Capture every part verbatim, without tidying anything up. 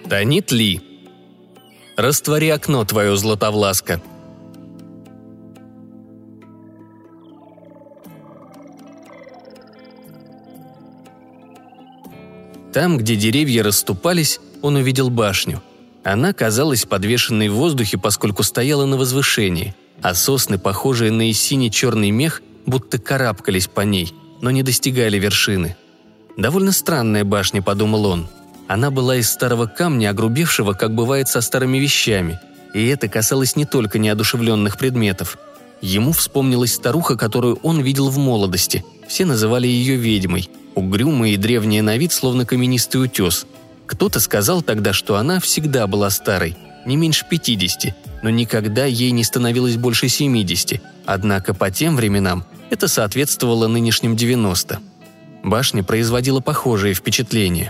Танит Ли. Раствори окно твое, Златовласка. Там, где деревья расступались, он увидел башню. Она казалась подвешенной в воздухе, поскольку стояла на возвышении, а сосны, похожие на сине-черный мех, будто карабкались по ней, но не достигали вершины. «Довольно странная башня», — подумал он. Она была из старого камня, огрубевшего, как бывает со старыми вещами, и это касалось не только неодушевленных предметов. Ему вспомнилась старуха, которую он видел в молодости. Все называли ее ведьмой, угрюмая и древняя на вид, словно каменистый утес. Кто-то сказал тогда, что она всегда была старой, не меньше пятидесяти, но никогда ей не становилось больше семидесяти, однако по тем временам это соответствовало нынешним девяноста. Башня производила похожее впечатление.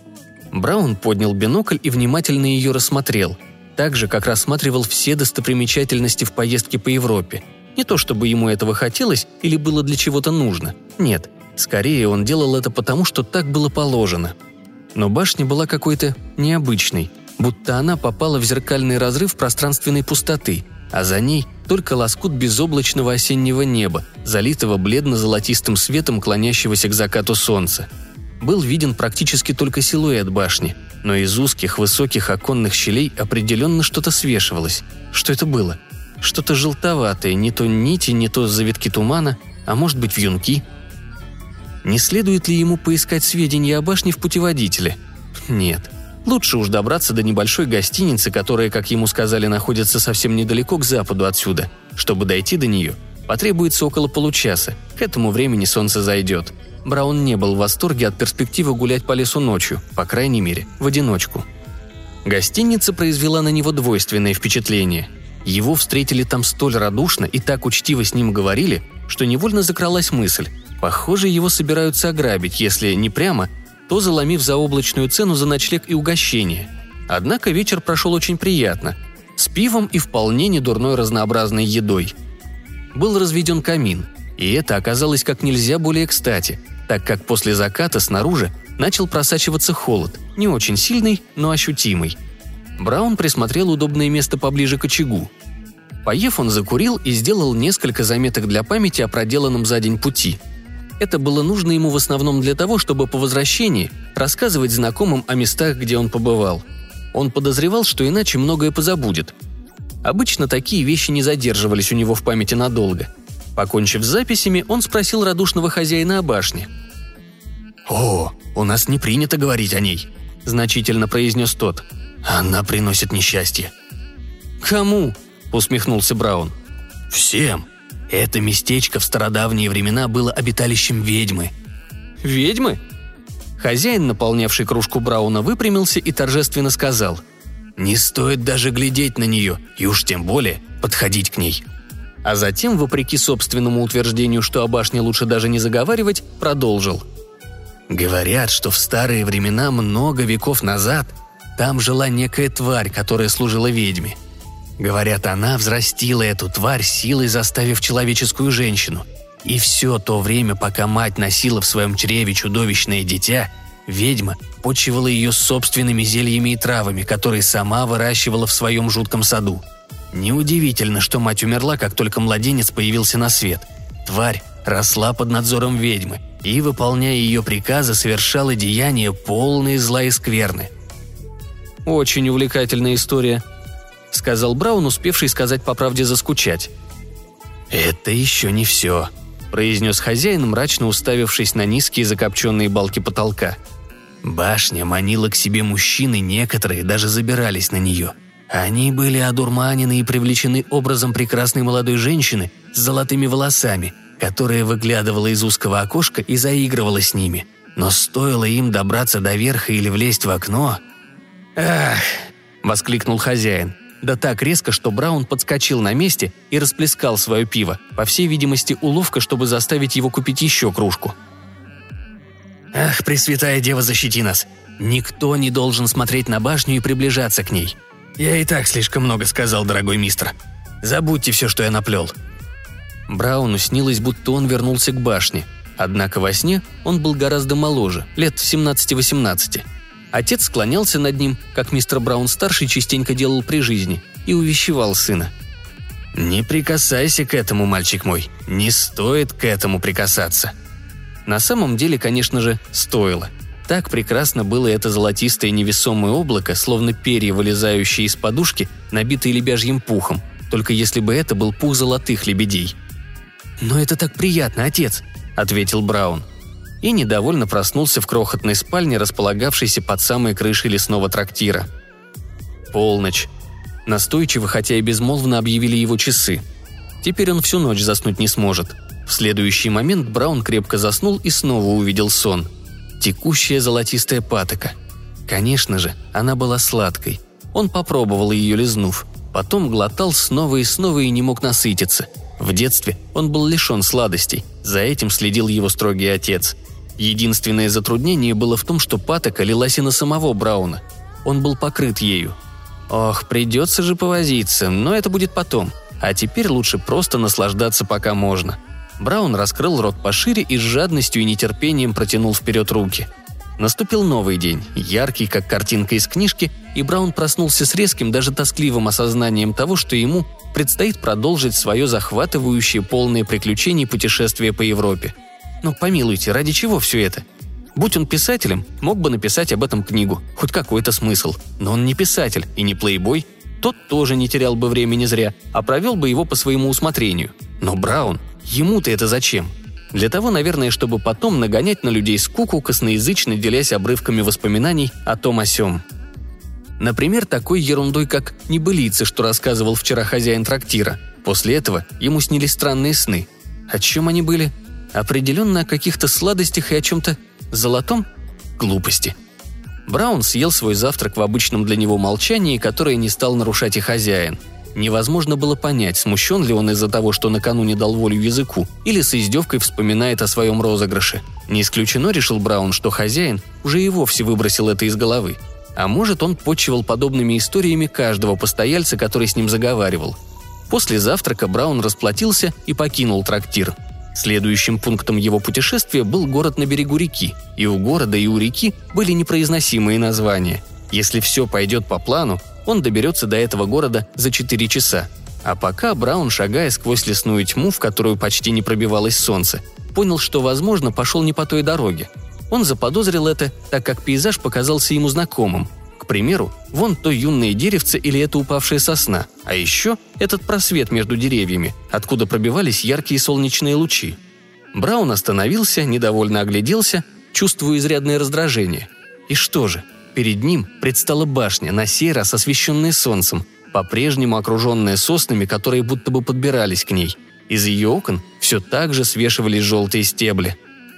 Браун поднял бинокль и внимательно ее рассмотрел, так же, как рассматривал все достопримечательности в поездке по Европе. Не то чтобы ему этого хотелось или было для чего-то нужно. Нет, скорее он делал это потому, что так было положено. Но башня была какой-то необычной, будто она попала в зеркальный разрыв пространственной пустоты, а за ней только лоскут безоблачного осеннего неба, залитого бледно-золотистым светом клонящегося к закату солнца. Был виден практически только силуэт башни, но из узких высоких оконных щелей определенно что-то свешивалось. Что это было? Что-то желтоватое, не то нити, не то завитки тумана, а может быть вьюнки. Не следует ли ему поискать сведения о башне в путеводителе? Нет. Лучше уж добраться до небольшой гостиницы, которая, как ему сказали, находится совсем недалеко к западу отсюда. Чтобы дойти до нее, потребуется около получаса. К этому времени солнце зайдет. Браун не был в восторге от перспективы гулять по лесу ночью, по крайней мере, в одиночку. Гостиница произвела на него двойственное впечатление. Его встретили там столь радушно и так учтиво с ним говорили, что невольно закралась мысль. Похоже, его собираются ограбить, если не прямо, то заломив заоблачную цену за ночлег и угощение. Однако вечер прошел очень приятно, с пивом и вполне недурной разнообразной едой. Был разведен камин, и это оказалось как нельзя более кстати, так как после заката снаружи начал просачиваться холод, не очень сильный, но ощутимый. Браун присмотрел удобное место поближе к очагу. Поев, он закурил и сделал несколько заметок для памяти о проделанном за день пути. Это было нужно ему в основном для того, чтобы по возвращении рассказывать знакомым о местах, где он побывал. Он подозревал, что иначе многое позабудет. Обычно такие вещи не задерживались у него в памяти надолго. Покончив с записями, он спросил радушного хозяина о башне. «О, у нас не принято говорить о ней», – значительно произнес тот. «Она приносит несчастье». «Кому?» – усмехнулся Браун. «Всем. Это местечко в стародавние времена было обиталищем ведьмы». «Ведьмы?» Хозяин, наполнявший кружку Брауна, выпрямился и торжественно сказал: «Не стоит даже глядеть на нее, и уж тем более подходить к ней». А затем, вопреки собственному утверждению, что о башне лучше даже не заговаривать, продолжил. «Говорят, что в старые времена, много веков назад, там жила некая тварь, которая служила ведьме. Говорят, она взрастила эту тварь силой, заставив человеческую женщину. И все то время, пока мать носила в своем чреве чудовищное дитя, ведьма почивала ее собственными зельями и травами, которые сама выращивала в своем жутком саду. Неудивительно, что мать умерла, как только младенец появился на свет. Тварь росла под надзором ведьмы и, выполняя ее приказы, совершала деяния, полные зла и скверны». «Очень увлекательная история», — сказал Браун, успевший сказать по правде заскучать. «Это еще не все», — произнес хозяин, мрачно уставившись на низкие закопченные балки потолка. «Башня манила к себе мужчин, и некоторые даже забирались на нее. Они были одурманены и привлечены образом прекрасной молодой женщины с золотыми волосами, которая выглядывала из узкого окошка и заигрывала с ними. Но стоило им добраться до верха или влезть в окно...» «Ах!» – воскликнул хозяин. Да так резко, что Браун подскочил на месте и расплескал свое пиво, по всей видимости, уловка, чтобы заставить его купить еще кружку. «Ах, Пресвятая Дева, защити нас! Никто не должен смотреть на башню и приближаться к ней. Я и так слишком много сказал, дорогой мистер. Забудьте все, что я наплел». Брауну снилось, будто он вернулся к башне. Однако во сне он был гораздо моложе, лет семнадцати-восемнадцати. Отец склонялся над ним, как мистер Браун-старший частенько делал при жизни, и увещевал сына. «Не прикасайся к этому, мальчик мой, не стоит к этому прикасаться». На самом деле, конечно же, стоило. Так прекрасно было это золотистое невесомое облако, словно перья, вылезающие из подушки, набитые лебяжьим пухом, только если бы это был пух золотых лебедей. «Но это так приятно, отец», — ответил Браун. И недовольно проснулся в крохотной спальне, располагавшейся под самой крышей лесного трактира. Полночь. Настойчиво, хотя и безмолвно объявили его часы. Теперь он всю ночь заснуть не сможет. В следующий момент Браун крепко заснул и снова увидел сон. Текущая золотистая патока. Конечно же, она была сладкой. Он попробовал ее, лизнув. Потом глотал снова и снова и не мог насытиться. В детстве он был лишен сладостей. За этим следил его строгий отец. Единственное затруднение было в том, что патока лилась и на самого Брауна. Он был покрыт ею. Ох, придется же повозиться, но это будет потом. А теперь лучше просто наслаждаться, пока можно. Браун раскрыл рот пошире и с жадностью и нетерпением протянул вперед руки. Наступил новый день, яркий, как картинка из книжки, и Браун проснулся с резким, даже тоскливым осознанием того, что ему предстоит продолжить свое захватывающее, полное приключений путешествие по Европе. Но помилуйте, ради чего все это? Будь он писателем, мог бы написать об этом книгу, хоть какой-то смысл. Но он не писатель и не плейбой. Тот тоже не терял бы времени зря, а провел бы его по своему усмотрению. Но Браун, ему-то это зачем? Для того, наверное, чтобы потом нагонять на людей скуку, косноязычно делясь обрывками воспоминаний о том о сём. Например, такой ерундой, как небылицы, что рассказывал вчера хозяин трактира. После этого ему снились странные сны. О чем они были? Определенно о каких-то сладостях и о чем-то золотом? Глупости. Браун съел свой завтрак в обычном для него молчании, которое не стал нарушать и хозяин. Невозможно было понять, смущен ли он из-за того, что накануне дал волю языку, или с издевкой вспоминает о своем розыгрыше. Не исключено, решил Браун, что хозяин уже и вовсе выбросил это из головы. А может, он почивал подобными историями каждого постояльца, который с ним заговаривал. После завтрака Браун расплатился и покинул трактир. Следующим пунктом его путешествия был город на берегу реки, и у города, и у реки были непроизносимые названия. Если все пойдет по плану, он доберется до этого города за четыре часа. А пока Браун, шагая сквозь лесную тьму, в которую почти не пробивалось солнце, понял, что, возможно, пошел не по той дороге. Он заподозрил это, так как пейзаж показался ему знакомым. К примеру, вон то юное деревце или эта упавшая сосна, а еще этот просвет между деревьями, откуда пробивались яркие солнечные лучи. Браун остановился, недовольно огляделся, чувствуя изрядное раздражение. И что же? Перед ним предстала башня, на сей раз освещенная солнцем, по-прежнему окруженная соснами, которые будто бы подбирались к ней. Из ее окон все так же свешивались желтые стебли.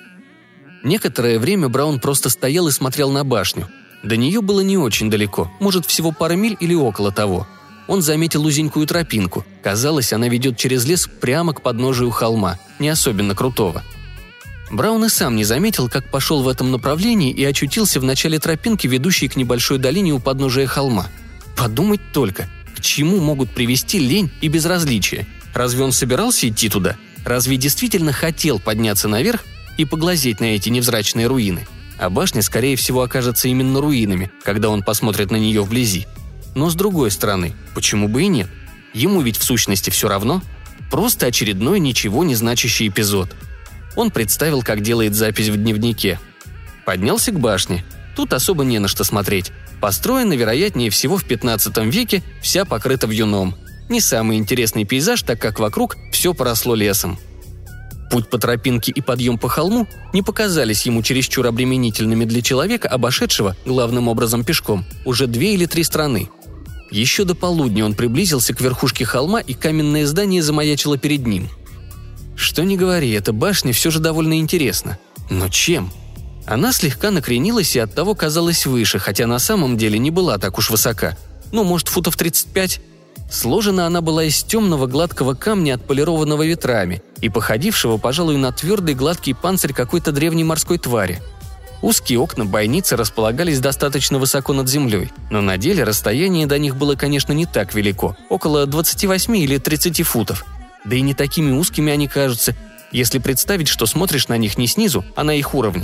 Некоторое время Браун просто стоял и смотрел на башню. До нее было не очень далеко, может, всего пара миль или около того. Он заметил узенькую тропинку. Казалось, она ведет через лес прямо к подножию холма, не особенно крутого. Браун и сам не заметил, как пошел в этом направлении и очутился в начале тропинки, ведущей к небольшой долине у подножия холма. Подумать только, к чему могут привести лень и безразличие? Разве он собирался идти туда? Разве действительно хотел подняться наверх и поглазеть на эти невзрачные руины? А башня, скорее всего, окажется именно руинами, когда он посмотрит на нее вблизи. Но с другой стороны, почему бы и нет? Ему ведь в сущности все равно. Просто очередной ничего не значащий эпизод. Он представил, как делает запись в дневнике. Поднялся к башне. Тут особо не на что смотреть. Построена, вероятнее всего, в пятнадцатом веке, вся покрыта вьюном. Не самый интересный пейзаж, так как вокруг все поросло лесом. Путь по тропинке и подъем по холму не показались ему чересчур обременительными для человека, обошедшего, главным образом пешком, уже две или три страны. Еще до полудня он приблизился к верхушке холма, и каменное здание замаячило перед ним. Что ни говори, эта башня все же довольно интересна. Но чем? Она слегка накренилась и оттого казалась выше, хотя на самом деле не была так уж высока. Ну, может, футов тридцать пять? Сложена она была из темного гладкого камня, отполированного ветрами, и походившего, пожалуй, на твердый гладкий панцирь какой-то древней морской твари. Узкие окна бойницы располагались достаточно высоко над землей, но на деле расстояние до них было, конечно, не так велико, около двадцати восьми или тридцати футов. Да и не такими узкими они кажутся, если представить, что смотришь на них не снизу, а на их уровне.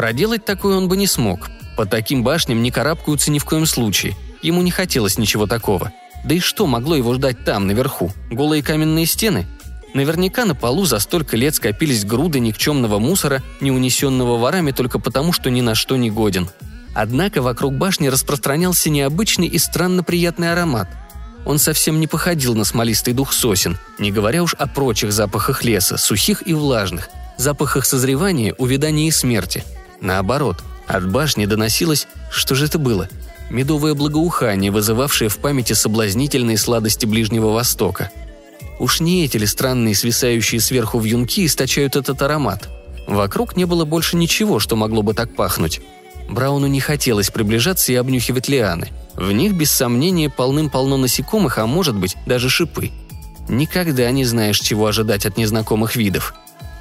Проделать такое он бы не смог. По таким башням не карабкаются ни в коем случае. Ему не хотелось ничего такого. Да и что могло его ждать там, наверху? Голые каменные стены? Наверняка на полу за столько лет скопились груды никчемного мусора, не унесенного ворами только потому, что ни на что не годен. Однако вокруг башни распространялся необычный и странно приятный аромат. Он совсем не походил на смолистый дух сосен, не говоря уж о прочих запахах леса, сухих и влажных, запахах созревания, увядания и смерти. Наоборот, от башни доносилось, что же это было? Медовое благоухание, вызывавшее в памяти соблазнительные сладости Ближнего Востока. Уж не эти ли странные свисающие сверху вьюнки источают этот аромат? Вокруг не было больше ничего, что могло бы так пахнуть. Брауну не хотелось приближаться и обнюхивать лианы. В них, без сомнения, полным-полно насекомых, а может быть, даже шипы. Никогда не знаешь, чего ожидать от незнакомых видов.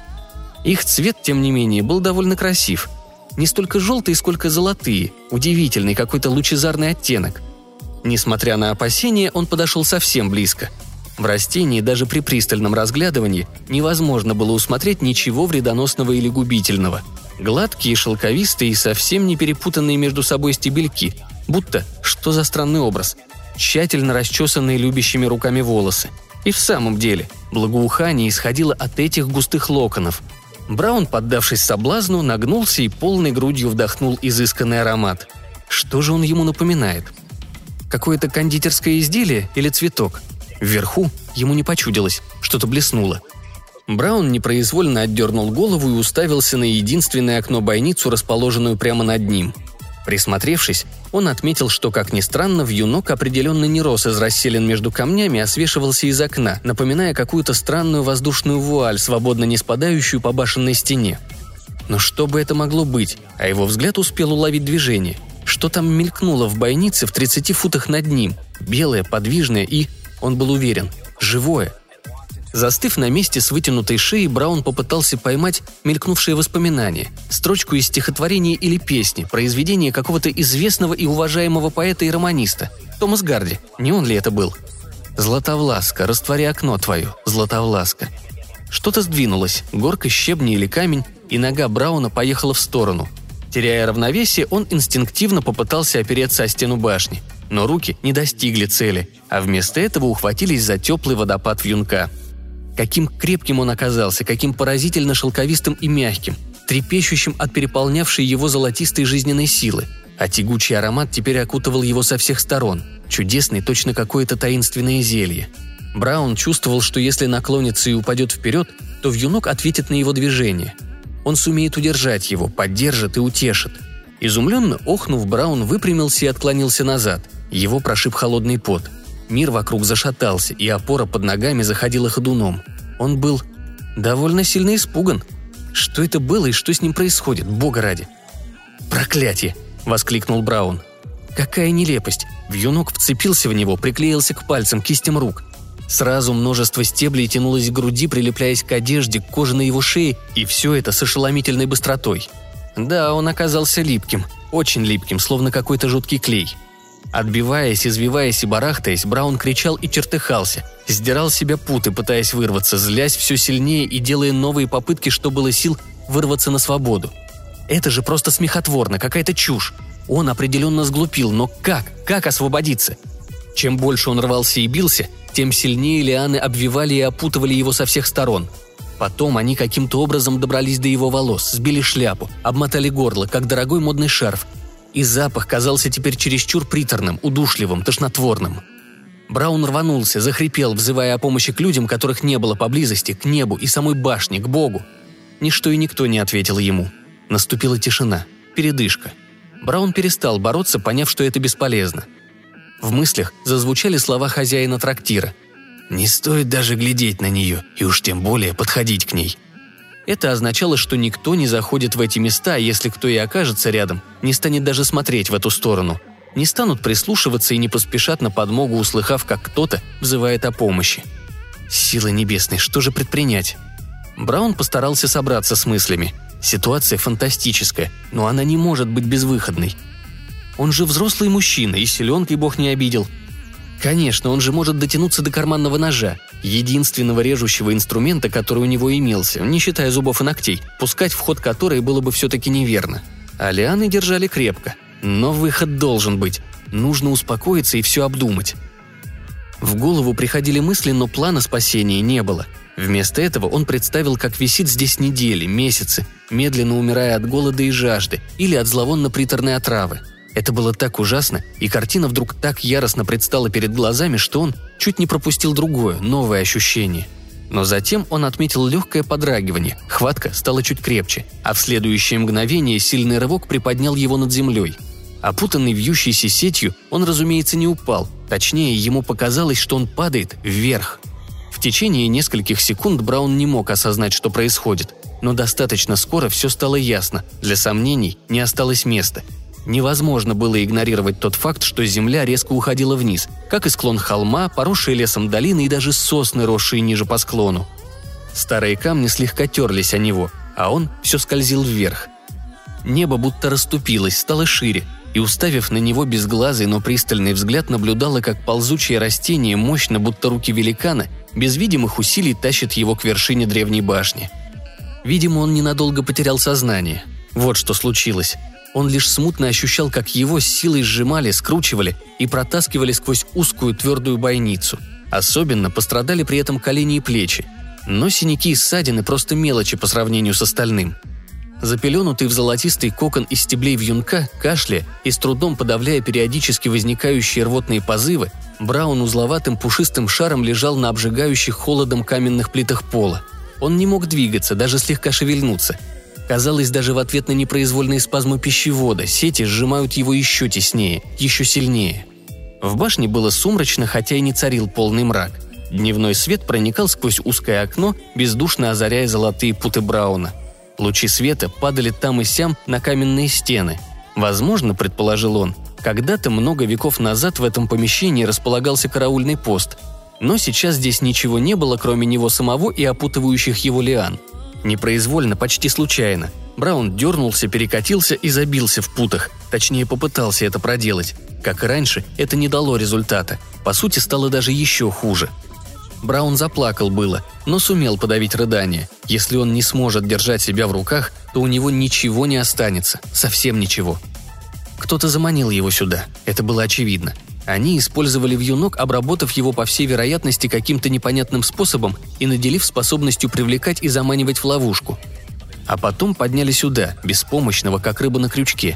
Их цвет, тем не менее, был довольно красив. Не столько желтые, сколько золотые, удивительный какой-то лучезарный оттенок. Несмотря на опасения, он подошел совсем близко. В растении даже при пристальном разглядывании невозможно было усмотреть ничего вредоносного или губительного. Гладкие, шелковистые и совсем не перепутанные между собой стебельки, будто, что за странный образ, тщательно расчесанные любящими руками волосы. И в самом деле, благоухание исходило от этих густых локонов. Браун, поддавшись соблазну, нагнулся и полной грудью вдохнул изысканный аромат. Что же он ему напоминает? Какое-то кондитерское изделие или цветок? Вверху ему не почудилось, что-то блеснуло. Браун непроизвольно отдернул голову и уставился на единственное окно-бойницу, расположенную прямо над ним. Присмотревшись, он отметил, что, как ни странно, вьюнок определенно не рос из расселин между камнями, а свешивался из окна, напоминая какую-то странную воздушную вуаль, свободно не спадающую по башенной стене. Но что бы это могло быть? А его взгляд успел уловить движение. Что там мелькнуло в бойнице в тридцати футах над ним? Белое, подвижное и, он был уверен, живое. Застыв на месте с вытянутой шеей, Браун попытался поймать мелькнувшее воспоминание, строчку из стихотворения или песни, произведение какого-то известного и уважаемого поэта и романиста. Томас Гарди, не он ли это был? «Златовласка, раствори окно твое, Златовласка». Что-то сдвинулось, горка щебня или камень, и нога Брауна поехала в сторону. Теряя равновесие, он инстинктивно попытался опереться о стену башни, но руки не достигли цели, а вместо этого ухватились за теплый водопад вьюнка. Каким крепким он оказался, каким поразительно шелковистым и мягким, трепещущим от переполнявшей его золотистой жизненной силы, а тягучий аромат теперь окутывал его со всех сторон, чудесный, точно какое-то таинственное зелье. Браун чувствовал, что если наклонится и упадет вперед, то вьюнок ответит на его движение. Он сумеет удержать его, поддержит и утешит. Изумленно охнув, Браун выпрямился и отклонился назад. Его прошиб холодный пот. Мир вокруг зашатался, и опора под ногами заходила ходуном. Он был довольно сильно испуган. Что это было и что с ним происходит, бога ради? «Проклятие!» – воскликнул Браун. «Какая нелепость!» Вьюнок вцепился в него, приклеился к пальцам, кистям рук. Сразу множество стеблей тянулось к груди, прилепляясь к одежде, к коже на его шее, и все это с ошеломительной быстротой. Да, он оказался липким, очень липким, словно какой-то жуткий клей. Отбиваясь, извиваясь и барахтаясь, Браун кричал и чертыхался, сдирал с себя путы, пытаясь вырваться, злясь все сильнее и делая новые попытки, что было сил, вырваться на свободу. Это же просто смехотворно, какая-то чушь. Он определенно сглупил, но как? Как освободиться? Чем больше он рвался и бился, тем сильнее лианы обвивали и опутывали его со всех сторон. Потом они каким-то образом добрались до его волос, сбили шляпу, обмотали горло, как дорогой модный шарф. И запах казался теперь чересчур приторным, удушливым, тошнотворным. Браун рванулся, захрипел, взывая о помощи к людям, которых не было поблизости, к небу и самой башне, к Богу. Ничто и никто не ответил ему. Наступила тишина, передышка. Браун перестал бороться, поняв, что это бесполезно. В мыслях зазвучали слова хозяина трактира. «Не стоит даже глядеть на нее, и уж тем более подходить к ней». Это означало, что никто не заходит в эти места, а если кто и окажется рядом, не станет даже смотреть в эту сторону. Не станут прислушиваться и не поспешат на подмогу, услыхав, как кто-то взывает о помощи. Сила небесной, что же предпринять? Браун постарался собраться с мыслями. Ситуация фантастическая, но она не может быть безвыходной. Он же взрослый мужчина, и селенкой Бог не обидел. Конечно, он же может дотянуться до карманного ножа, единственного режущего инструмента, который у него имелся, не считая зубов и ногтей, пускать в ход который было бы все-таки неверно. А лианы держали крепко. Но выход должен быть. Нужно успокоиться и все обдумать. В голову приходили мысли, но плана спасения не было. Вместо этого он представил, как висит здесь недели, месяцы, медленно умирая от голода и жажды или от зловонно-приторной отравы. Это было так ужасно, и картина вдруг так яростно предстала перед глазами, что он чуть не пропустил другое, новое ощущение. Но затем он отметил легкое подрагивание, хватка стала чуть крепче, а в следующее мгновение сильный рывок приподнял его над землей. Опутанный вьющейся сетью, он, разумеется, не упал, точнее, ему показалось, что он падает вверх. В течение нескольких секунд Браун не мог осознать, что происходит, но достаточно скоро все стало ясно, для сомнений не осталось места. Невозможно было игнорировать тот факт, что земля резко уходила вниз, как и склон холма, поросшие лесом долины и даже сосны, росшие ниже по склону. Старые камни слегка терлись о него, а он все скользил вверх. Небо будто расступилось, стало шире, и, уставив на него безглазый, но пристальный взгляд, наблюдала, как ползучее растение, мощно, будто руки великана, без видимых усилий тащит его к вершине древней башни. Видимо, он ненадолго потерял сознание. Вот что случилось. Он лишь смутно ощущал, как его с силой сжимали, скручивали и протаскивали сквозь узкую твердую бойницу. Особенно пострадали при этом колени и плечи. Но синяки и ссадины просто мелочи по сравнению с остальным. Запеленутый в золотистый кокон из стеблей вьюнка, кашляя и с трудом подавляя периодически возникающие рвотные позывы, Браун узловатым пушистым шаром лежал на обжигающих холодом каменных плитах пола. Он не мог двигаться, даже слегка шевельнуться. Казалось, даже в ответ на непроизвольные спазмы пищевода сети сжимают его еще теснее, еще сильнее. В башне было сумрачно, хотя и не царил полный мрак. Дневной свет проникал сквозь узкое окно, бездушно озаряя золотые путы Брауна. Лучи света падали там и сям на каменные стены. Возможно, предположил он, когда-то много веков назад в этом помещении располагался караульный пост. Но сейчас здесь ничего не было, кроме него самого и опутывающих его лиан. Непроизвольно, почти случайно. Браун дернулся, перекатился и забился в путах, точнее попытался это проделать. Как и раньше, это не дало результата. По сути, стало даже еще хуже. Браун заплакал было, но сумел подавить рыдание. Если он не сможет держать себя в руках, то у него ничего не останется, совсем ничего. Кто-то заманил его сюда, это было очевидно. Они использовали вьюнок, обработав его, по всей вероятности, каким-то непонятным способом и наделив способностью привлекать и заманивать в ловушку. А потом подняли сюда, беспомощного, как рыба на крючке.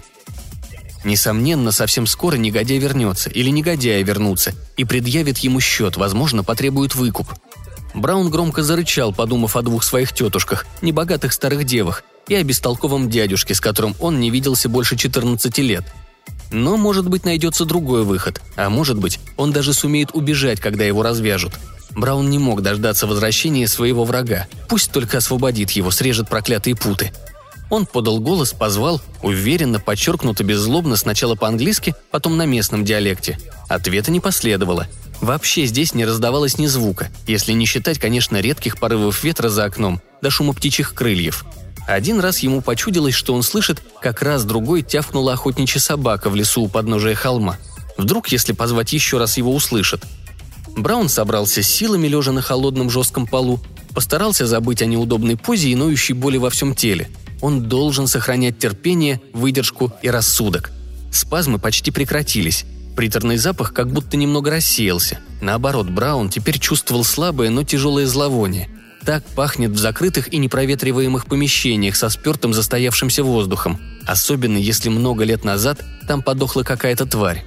Несомненно, совсем скоро негодяй вернется, или негодяи вернутся, и предъявит ему счет, возможно, потребует выкуп. Браун громко зарычал, подумав о двух своих тетушках, небогатых старых девах, и о бестолковом дядюшке, с которым он не виделся больше четырнадцати лет. Но, может быть, найдется другой выход, а может быть, он даже сумеет убежать, когда его развяжут. Браун не мог дождаться возвращения своего врага, пусть только освободит его, срежет проклятые путы. Он подал голос, позвал, уверенно, подчеркнуто беззлобно, сначала по-английски, потом на местном диалекте. Ответа не последовало. Вообще здесь не раздавалось ни звука, если не считать, конечно, редких порывов ветра за окном, до шума птичьих крыльев. Один раз ему почудилось, что он слышит, как раз другой тявкнула охотничья собака в лесу у подножия холма. Вдруг, если позвать еще раз, его услышат. Браун собрался с силами, лежа на холодном жестком полу, постарался забыть о неудобной позе и ноющей боли во всем теле. Он должен сохранять терпение, выдержку и рассудок. Спазмы почти прекратились. Приторный запах как будто немного рассеялся. Наоборот, Браун теперь чувствовал слабое, но тяжелое зловоние. Так пахнет в закрытых и непроветриваемых помещениях со спертым застоявшимся воздухом, особенно если много лет назад там подохла какая-то тварь.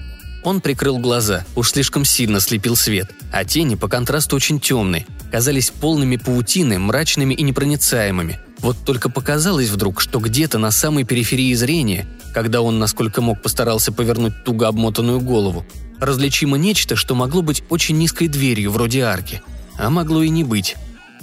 Он прикрыл глаза, уж слишком сильно слепил свет, а тени по контрасту очень темные, казались полными паутины, мрачными и непроницаемыми. Вот только показалось вдруг, что где-то на самой периферии зрения, когда он, насколько мог, постарался повернуть туго обмотанную голову, различимо нечто, что могло быть очень низкой дверью, вроде арки, а могло и не быть.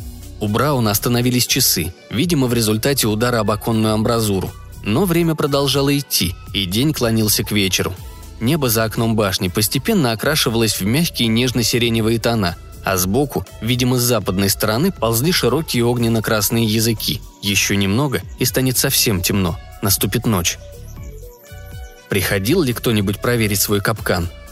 У Брауна остановились часы, видимо, в результате удара об оконную амбразуру. Но время продолжало идти, и день клонился к вечеру. Небо за окном башни постепенно окрашивалось в мягкие нежно-сиреневые тона, а сбоку, видимо, с западной стороны, ползли широкие огненно-красные языки. Еще немного, и станет совсем темно, наступит ночь. Приходил ли кто-нибудь проверить свой капкан?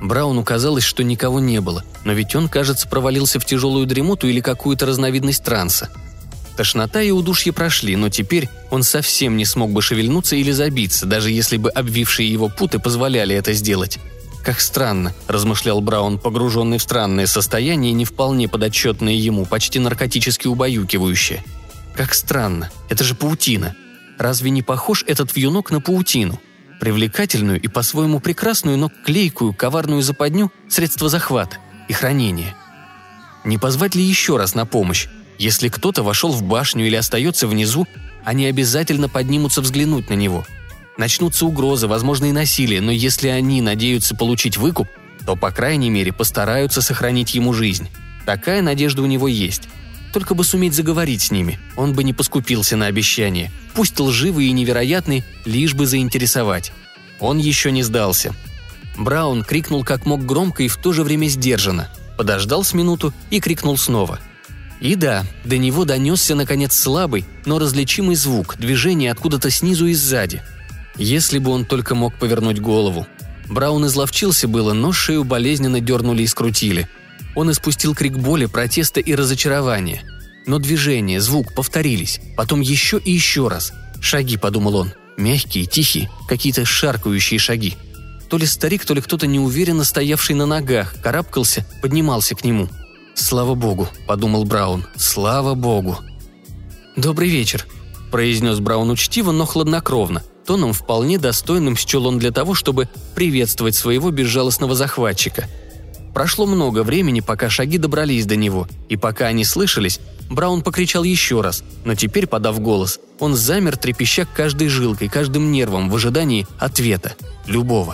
Брауну казалось, что никого не было, но ведь он, кажется, провалился в тяжелую дремоту или какую-то разновидность транса. Тошнота и удушье прошли, но теперь он совсем не смог бы шевельнуться или забиться, даже если бы обвившие его путы позволяли это сделать. «Как странно», – размышлял Браун, погруженный в странное состояние, не вполне подотчетное ему, почти наркотически убаюкивающее. «Как странно. Это же паутина. Разве не похож этот вьюнок на паутину? Привлекательную и по-своему прекрасную, но клейкую, коварную западню, средство захвата и хранения. Не позвать ли еще раз на помощь? Если кто-то вошел в башню или остается внизу, они обязательно поднимутся взглянуть на него. Начнутся угрозы, возможно, и насилие, но если они надеются получить выкуп, то, по крайней мере, постараются сохранить ему жизнь. Такая надежда у него есть. Только бы суметь заговорить с ними, он бы не поскупился на обещания, пусть лживые и невероятные, лишь бы заинтересовать. Он еще не сдался. Браун крикнул как мог громко и в то же время сдержанно, подождал с минуту и крикнул снова. И да, до него донесся, наконец, слабый, но различимый звук, движение откуда-то снизу и сзади. Если бы он только мог повернуть голову. Браун изловчился было, но шею болезненно дернули и скрутили. Он испустил крик боли, протеста и разочарования. Но движение, звук повторились, потом еще и еще раз. «Шаги», — подумал он, мягкие, тихие, какие-то шаркающие шаги. То ли старик, то ли кто-то неуверенно стоявший на ногах, карабкался, поднимался к нему. «Слава богу», — подумал Браун, — «слава богу». «Добрый вечер», — произнес Браун учтиво, но хладнокровно, тоном вполне достойным счел он для того, чтобы приветствовать своего безжалостного захватчика. Прошло много времени, пока шаги добрались до него, и пока они слышались, Браун покричал еще раз, но теперь, подав голос, он замер, трепеща каждой жилкой, каждым нервом в ожидании ответа, любого.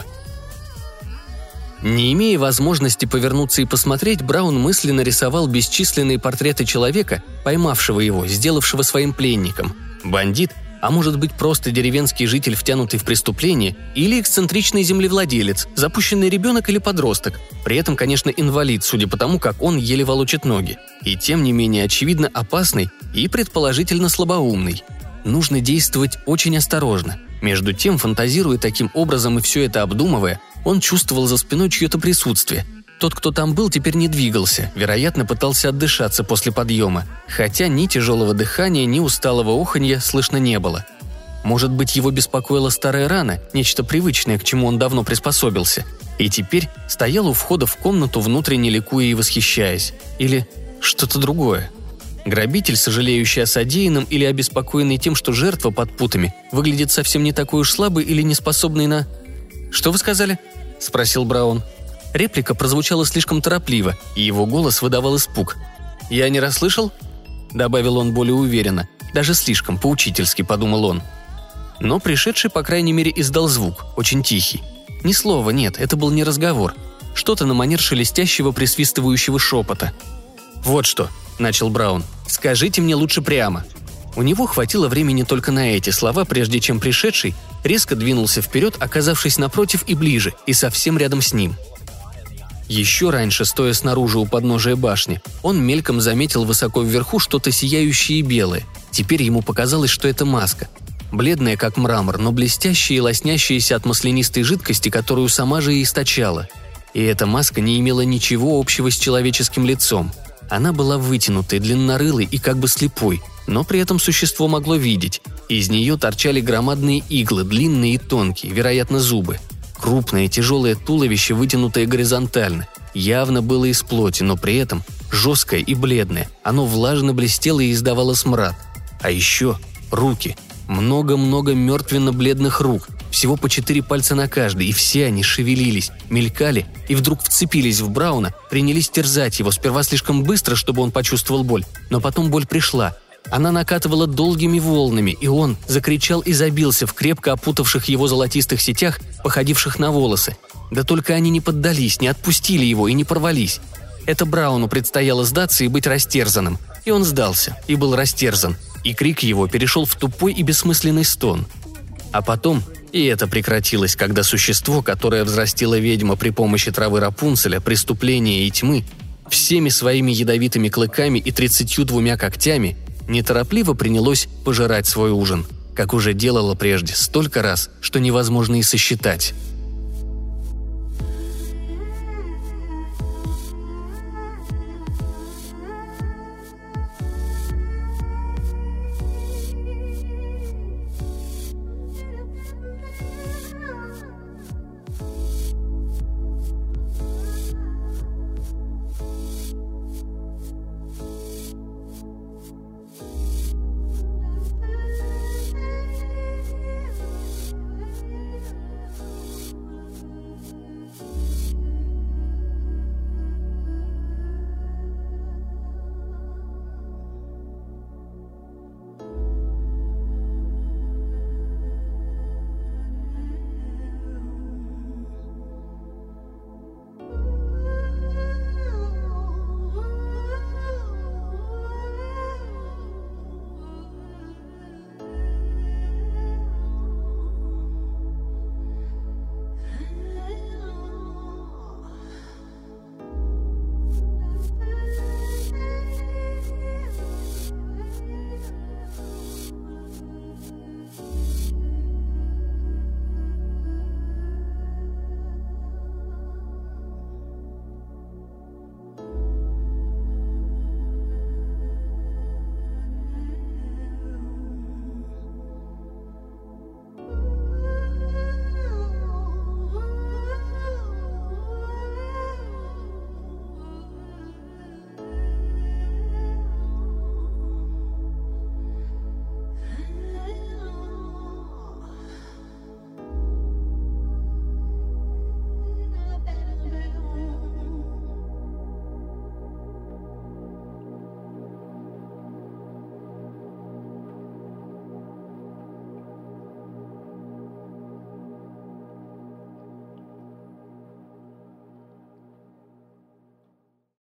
Не имея возможности повернуться и посмотреть, Браун мысленно рисовал бесчисленные портреты человека, поймавшего его, сделавшего своим пленником. Бандит, а может быть просто деревенский житель, втянутый в преступление, или эксцентричный землевладелец, запущенный ребенок или подросток, при этом, конечно, инвалид, судя по тому, как он еле волочит ноги, и тем не менее очевидно опасный и предположительно слабоумный. Нужно действовать очень осторожно. Между тем, фантазируя таким образом и все это обдумывая, он чувствовал за спиной чье-то присутствие. Тот, кто там был, теперь не двигался, вероятно, пытался отдышаться после подъема, хотя ни тяжелого дыхания, ни усталого оханья слышно не было. Может быть, его беспокоила старая рана, нечто привычное, к чему он давно приспособился, и теперь стоял у входа в комнату, внутренне ликуя и восхищаясь. Или что-то другое. Грабитель, сожалеющий о содеянном или обеспокоенный тем, что жертва под путами выглядит совсем не такой уж слабой или неспособной на... «Что вы сказали?» – спросил Браун. Реплика прозвучала слишком торопливо, и его голос выдавал испуг. «Я не расслышал?» – добавил он более уверенно. Даже слишком поучительски, подумал он. Но пришедший, по крайней мере, издал звук, очень тихий. Ни слова, нет, это был не разговор. Что-то на манер шелестящего присвистывающего шепота. «Вот что», – начал Браун, – «скажите мне лучше прямо». У него хватило времени только на эти слова, прежде чем пришедший резко двинулся вперед, оказавшись напротив и ближе, и совсем рядом с ним. Еще раньше, стоя снаружи у подножия башни, он мельком заметил высоко вверху что-то сияющее и белое. Теперь ему показалось, что это маска. Бледная, как мрамор, но блестящая и лоснящаяся от маслянистой жидкости, которую сама же и источала. И эта маска не имела ничего общего с человеческим лицом. Она была вытянутой, длиннорылой и как бы слепой, но при этом существо могло видеть. Из нее торчали громадные иглы, длинные и тонкие, вероятно, зубы. Крупное тяжелое туловище, вытянутое горизонтально, явно было из плоти, но при этом жесткое и бледное. Оно влажно блестело и издавало смрад. А еще руки. Много-много мертвенно-бледных рук. Всего по четыре пальца на каждый, и все они шевелились, мелькали и вдруг вцепились в Брауна, принялись терзать его, сперва слишком быстро, чтобы он почувствовал боль, но потом боль пришла. Она накатывала долгими волнами, и он закричал и забился в крепко опутавших его золотистых сетях, походивших на волосы. Да только они не поддались, не отпустили его и не порвались. Это Брауну предстояло сдаться и быть растерзанным. И он сдался, и был растерзан. И крик его перешел в тупой и бессмысленный стон. А потом и это прекратилось, когда существо, которое взрастила ведьма при помощи травы Рапунцеля, преступления и тьмы, всеми своими ядовитыми клыками и тридцатью двумя когтями, неторопливо принялось пожирать свой ужин, как уже делало прежде столько раз, что невозможно и сосчитать.